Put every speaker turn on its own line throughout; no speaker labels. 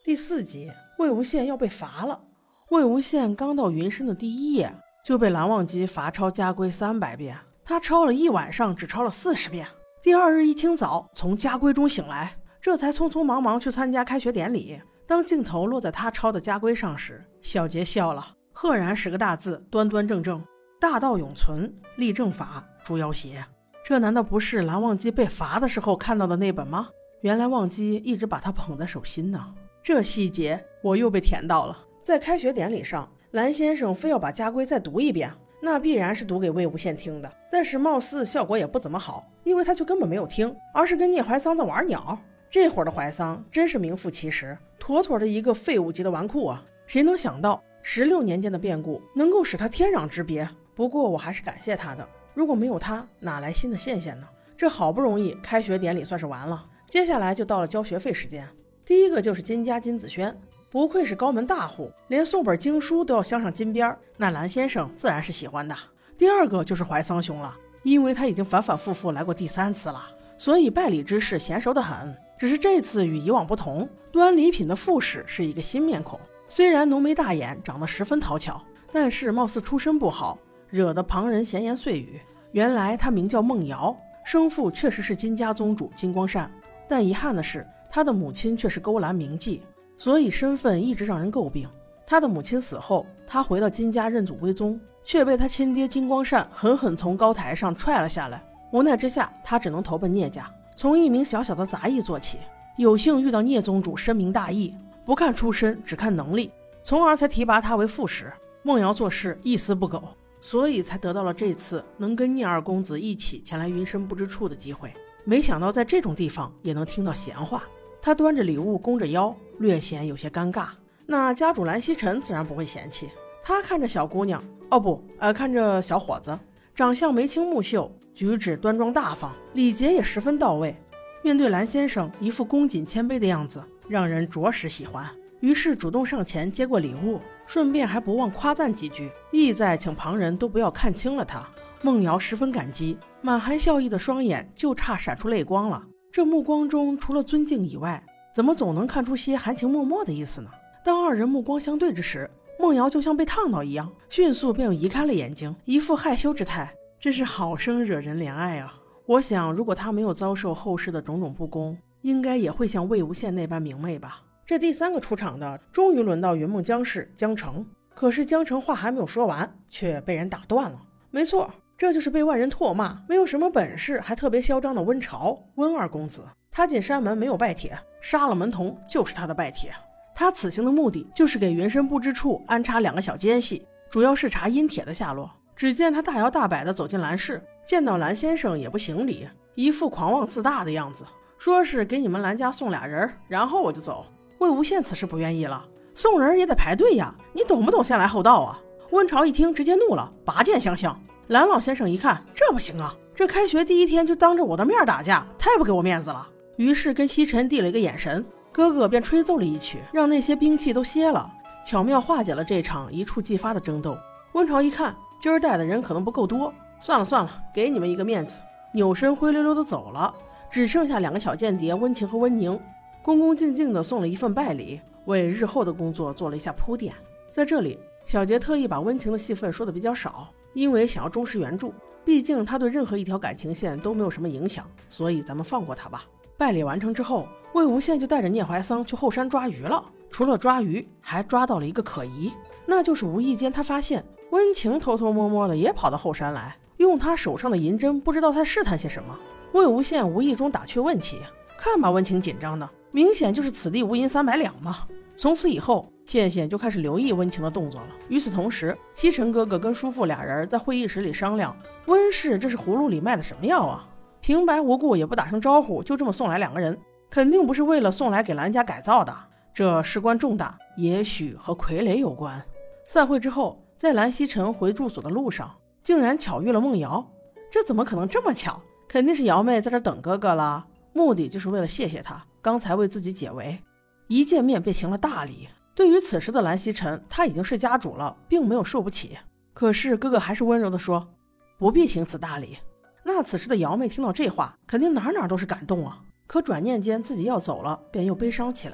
第4集，魏无羡要被罚了。魏无羡刚到云深的第1夜，就被蓝忘机罚抄家规300遍，他抄了1晚上，只抄了40遍。第2日一清早，从家规中醒来，这才匆匆忙忙去参加开学典礼。当镜头落在他抄的家规上时，小杰笑了，赫然10个大字，端端正正，大道永存，立正法，猪妖邪。这难道不是蓝忘机被罚的时候看到的那本吗？原来忘机一直把他捧在手心呢。这细节我又被甜到了。在开学典礼上，蓝先生非要把家规再读一遍，那必然是读给魏无羡听的，但是貌似效果也不怎么好，因为他就根本没有听，而是跟聂怀桑在玩鸟。这会儿的怀桑真是名副其实，妥妥的一个废物级的纨绔啊！谁能想到16年间的变故能够使他天壤之别？不过我还是感谢他的，如果没有他，哪来新的羡羡呢？这好不容易开学典礼算是完了，接下来就到了交学费时间。第一个就是金家金子轩，不愧是高门大户，连送本经书都要镶上金边，那蓝先生自然是喜欢的。第二个就是怀桑兄了，因为他已经反反复复来过第3次了，所以拜礼之事娴熟得很。只是这次与以往不同，端礼品的副使是一个新面孔，虽然浓眉大眼，长得十分讨巧，但是貌似出身不好，惹得旁人闲言碎语。原来他名叫孟瑶，生父确实是金家宗主金光善，但遗憾的是他的母亲却是勾栏名妓，所以身份一直让人诟病。他的母亲死后，他回到金家认祖归宗，却被他亲爹金光善狠狠从高台上踹了下来。无奈之下，他只能投奔聂家，从一名小小的杂役做起。有幸遇到聂宗主深明大义，不看出身只看能力，从而才提拔他为副使。孟瑶做事一丝不苟，所以才得到了这次能跟聂二公子一起前来云深不知处的机会。没想到在这种地方也能听到闲话。他端着礼物弓着腰，略显有些尴尬。那家主蓝曦臣自然不会嫌弃，他看着小姑娘，看着小伙子，长相眉清目秀，举止端庄大方，礼节也十分到位。面对蓝先生一副恭谨谦卑的样子，让人着实喜欢，于是主动上前接过礼物，顺便还不忘夸赞几句，意在请旁人都不要看清了他。孟瑶十分感激，满含笑意的双眼就差闪出泪光了。这目光中除了尊敬以外，怎么总能看出些含情脉脉的意思呢？当2人目光相对之时，孟瑶就像被烫到一样，迅速便又移开了眼睛，一副害羞之态，真是好生惹人怜爱啊。我想如果他没有遭受后世的种种不公，应该也会像魏无羡那般明媚吧。这第3个出场的终于轮到云梦江氏江澄，可是江澄话还没有说完，却被人打断了。没错，这就是被万人唾骂没有什么本事还特别嚣张的温朝，温二公子。他进山门没有拜帖，杀了门童就是他的拜帖。他此行的目的就是给云深不知处安插2个小奸细，主要是查阴帖的下落。只见他大摇大摆地走进蓝氏，见到蓝先生也不行礼，一副狂妄自大的样子，说是给你们蓝家送俩人，然后我就走。魏无羡此时不愿意了，送人也得排队呀，你懂不懂先来后到啊？温朝一听直接怒了，拔剑相向。蓝老先生一看，这不行啊，这开学第1天就当着我的面打架，太不给我面子了。于是跟曦臣递了一个眼神，哥哥便吹奏了一曲，让那些兵器都歇了，巧妙化解了这场一触即发的争斗。温朝一看今儿带的人可能不够多，算了，给你们一个面子，扭身灰溜溜的走了。只剩下2个小间谍温情和温宁，恭恭敬敬的送了一份拜礼，为日后的工作做了一下铺垫。在这里，小杰特意把温情的戏份说的比较少，因为想要忠实原著，毕竟他对任何一条感情线都没有什么影响，所以咱们放过他吧。拜礼完成之后，魏无羡就带着聂怀桑去后山抓鱼了。除了抓鱼，还抓到了一个可疑，那就是无意间他发现温情偷偷摸摸的也跑到后山来，用他手上的银针不知道在试探些什么。魏无羡无意中打趣问起，看吧，温情紧张的，明显就是此地无银300两嘛。从此以后，羡羡就开始留意温情的动作了。与此同时，曦臣哥哥跟叔父俩人在会议室里商量，温氏这是葫芦里卖的什么药啊？平白无故也不打声招呼，就这么送来2个人，肯定不是为了送来给蓝家改造的，这事关重大，也许和傀儡有关。散会之后，在蓝曦臣回住所的路上，竟然巧遇了孟瑶。这怎么可能这么巧？肯定是瑶妹在这等哥哥了，目的就是为了谢谢他刚才为自己解围。一见面便行了大礼。对于此时的蓝曦臣，他已经是家主了，并没有受不起。可是哥哥还是温柔地说，不必行此大礼。那此时的瑶妹听到这话，肯定哪都是感动啊。可转念间自己要走了，便又悲伤起来，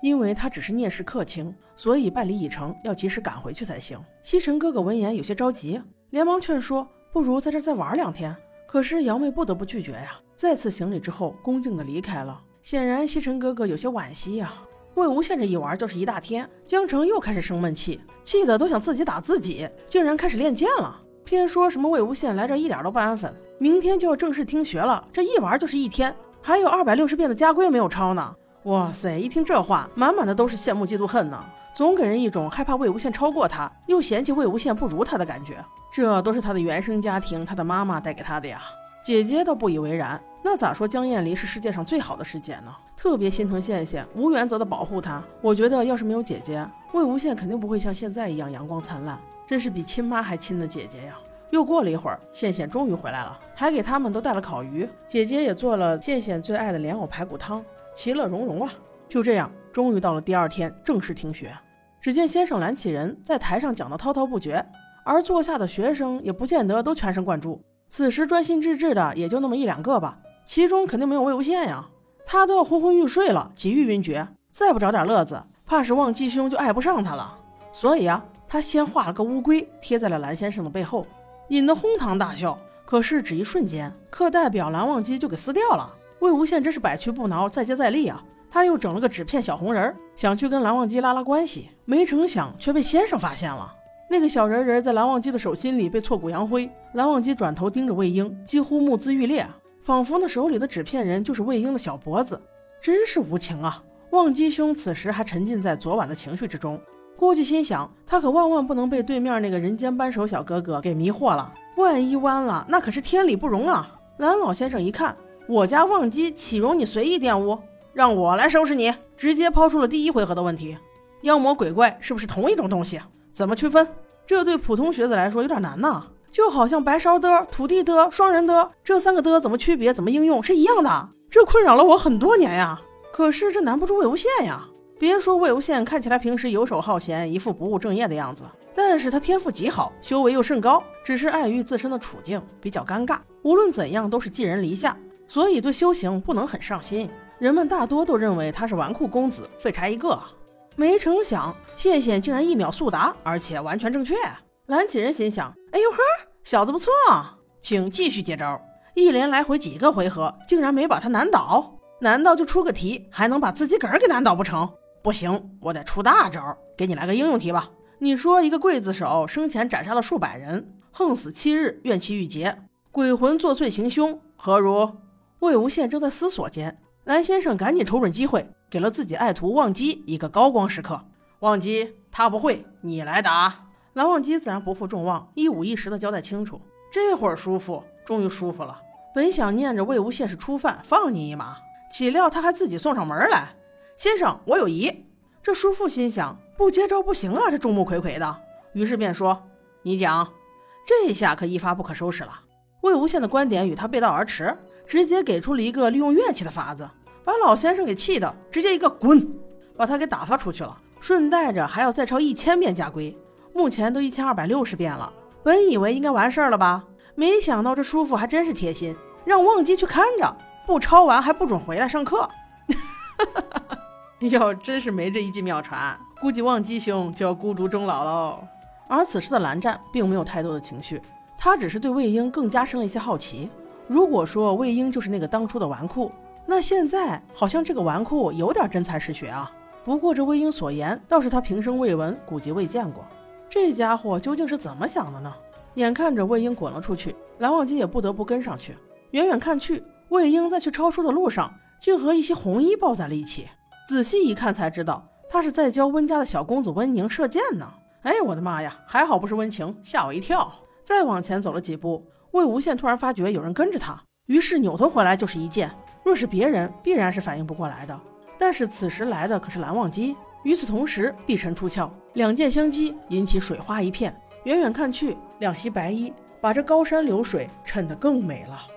因为他只是聂氏客卿，所以办理已成，要及时赶回去才行。西尘哥哥闻言有些着急，连忙劝说，不如在这再玩2天。可是姚妹不得不拒绝呀，再次行礼之后恭敬地离开了。显然西尘哥哥有些惋惜呀。魏无羡这一玩就是1大天，江澄又开始生闷气，气得都想自己打自己，竟然开始练剑了。偏说什么魏无羡来这一点都不安分，明天就要正式听学了，这一玩就是1天，还有260遍的家规没有抄呢。哇塞，一听这话，满满的都是羡慕嫉妒恨呢，总给人一种害怕魏无羡超过他，又嫌弃魏无羡不如他的感觉。这都是他的原生家庭，他的妈妈带给他的呀。姐姐倒不以为然，那咋说江厌离是世界上最好的师姐呢？特别心疼羡羡，无原则的保护她。我觉得要是没有姐姐，魏无羡肯定不会像现在一样阳光灿烂，真是比亲妈还亲的姐姐呀。又过了一会儿，羡羡终于回来了，还给他们都带了烤鱼，姐姐也做了羡羡最爱的莲藕排骨汤，其乐融融啊。就这样，终于到了第2天正式听学。只见先生蓝启仁在台上讲得滔滔不绝，而座下的学生也不见得都全神贯注，此时专心致志的也就那么1、2个吧，其中肯定没有魏无羡呀，他都要昏昏欲睡了，几欲晕厥，再不找点乐子，怕是忘机兄就爱不上他了。所以啊，他先画了个乌龟贴在了蓝先生的背后，引得哄堂大笑。可是只一瞬间，课代表蓝忘机就给撕掉了。魏无羡真是百屈不挠，再接再厉啊，他又整了个纸片小红人，想去跟蓝忘机拉拉关系，没成想却被先生发现了。那个小人人在蓝忘机的手心里被挫骨扬灰，蓝忘机转头盯着魏婴，几乎目眦欲裂，仿佛那手里的纸片人就是魏婴的小脖子，真是无情啊。忘机兄此时还沉浸在昨晚的情绪之中，估计心想他可万万不能被对面那个人间扳手小哥哥给迷惑了，万一弯了那可是天理不容啊。蓝老先生一看，我家忘机岂容你随意玷污，让我来收拾你，直接抛出了第1回合的问题：妖魔鬼怪是不是同一种东西？怎么区分？这对普通学子来说有点难呢，就好像白烧的、土地的、双人的这3个的怎么区别，怎么应用是一样的，这困扰了我很多年呀。可是这难不住魏无羡呀。别说魏无羡看起来平时游手好闲，一副不务正业的样子，但是他天赋极好，修为又甚高，只是碍于自身的处境比较尴尬，无论怎样都是寄人篱下，所以对修行不能很上心。人们大多都认为他是纨绔公子，废柴一个。没成想羡羡竟然1秒速答，而且完全正确。蓝启仁心想，哎呦呵，小子不错啊，请继续接招。一连来回几个回合，竟然没把他难倒，难道就出个题还能把自己个儿给难倒不成？不行，我得出大招，给你来个应用题吧。你说一个刽子手生前斩杀了数百人，横死7日，怨气郁结，鬼魂作祟行凶，何如？魏无羡正在思索间，蓝先生赶紧瞅准机会，给了自己爱徒忘机一个高光时刻。忘机，他不会，你来打。蓝忘机自然不负众望，一五一十的交代清楚。这会儿舒服，终于舒服了。本想念着魏无羡是初犯，放你一马，岂料他还自己送上门来。先生，我有疑。这叔父心想，不接招不行啊，这众目睽睽的，于是便说，你讲。这下可一发不可收拾了。魏无羡的观点与他背道而驰，直接给出了一个利用乐器的法子，把老先生给气的直接一个滚，把他给打发出去了，顺带着还要再抄1000遍家规，目前都1260遍了。本以为应该完事儿了吧，没想到这叔父还真是贴心，让忘机去看着，不抄完还不准回来上课。要真是没这一计妙传，估计忘机兄就要孤独终老喽。而此时的蓝湛并没有太多的情绪，他只是对魏婴更加深了一些好奇。如果说魏婴就是那个当初的纨绔，那现在好像这个纨绔有点真才实学啊。不过这魏婴所言倒是他平生未闻，古籍未见过，这家伙究竟是怎么想的呢？眼看着魏婴滚了出去，蓝忘机也不得不跟上去。远远看去，魏婴在去抄书的路上竟和一些红衣抱在了一起，仔细一看才知道他是在教温家的小公子温宁射箭呢。哎，我的妈呀，还好不是温情，吓我一跳。再往前走了几步，魏无羡突然发觉有人跟着他，于是扭头回来就是一箭。若是别人必然是反应不过来的，但是此时来的可是蓝忘机。与此同时，碧晨出鞘，2箭相击，引起水花一片。远远看去，两袭白衣把这高山流水衬得更美了。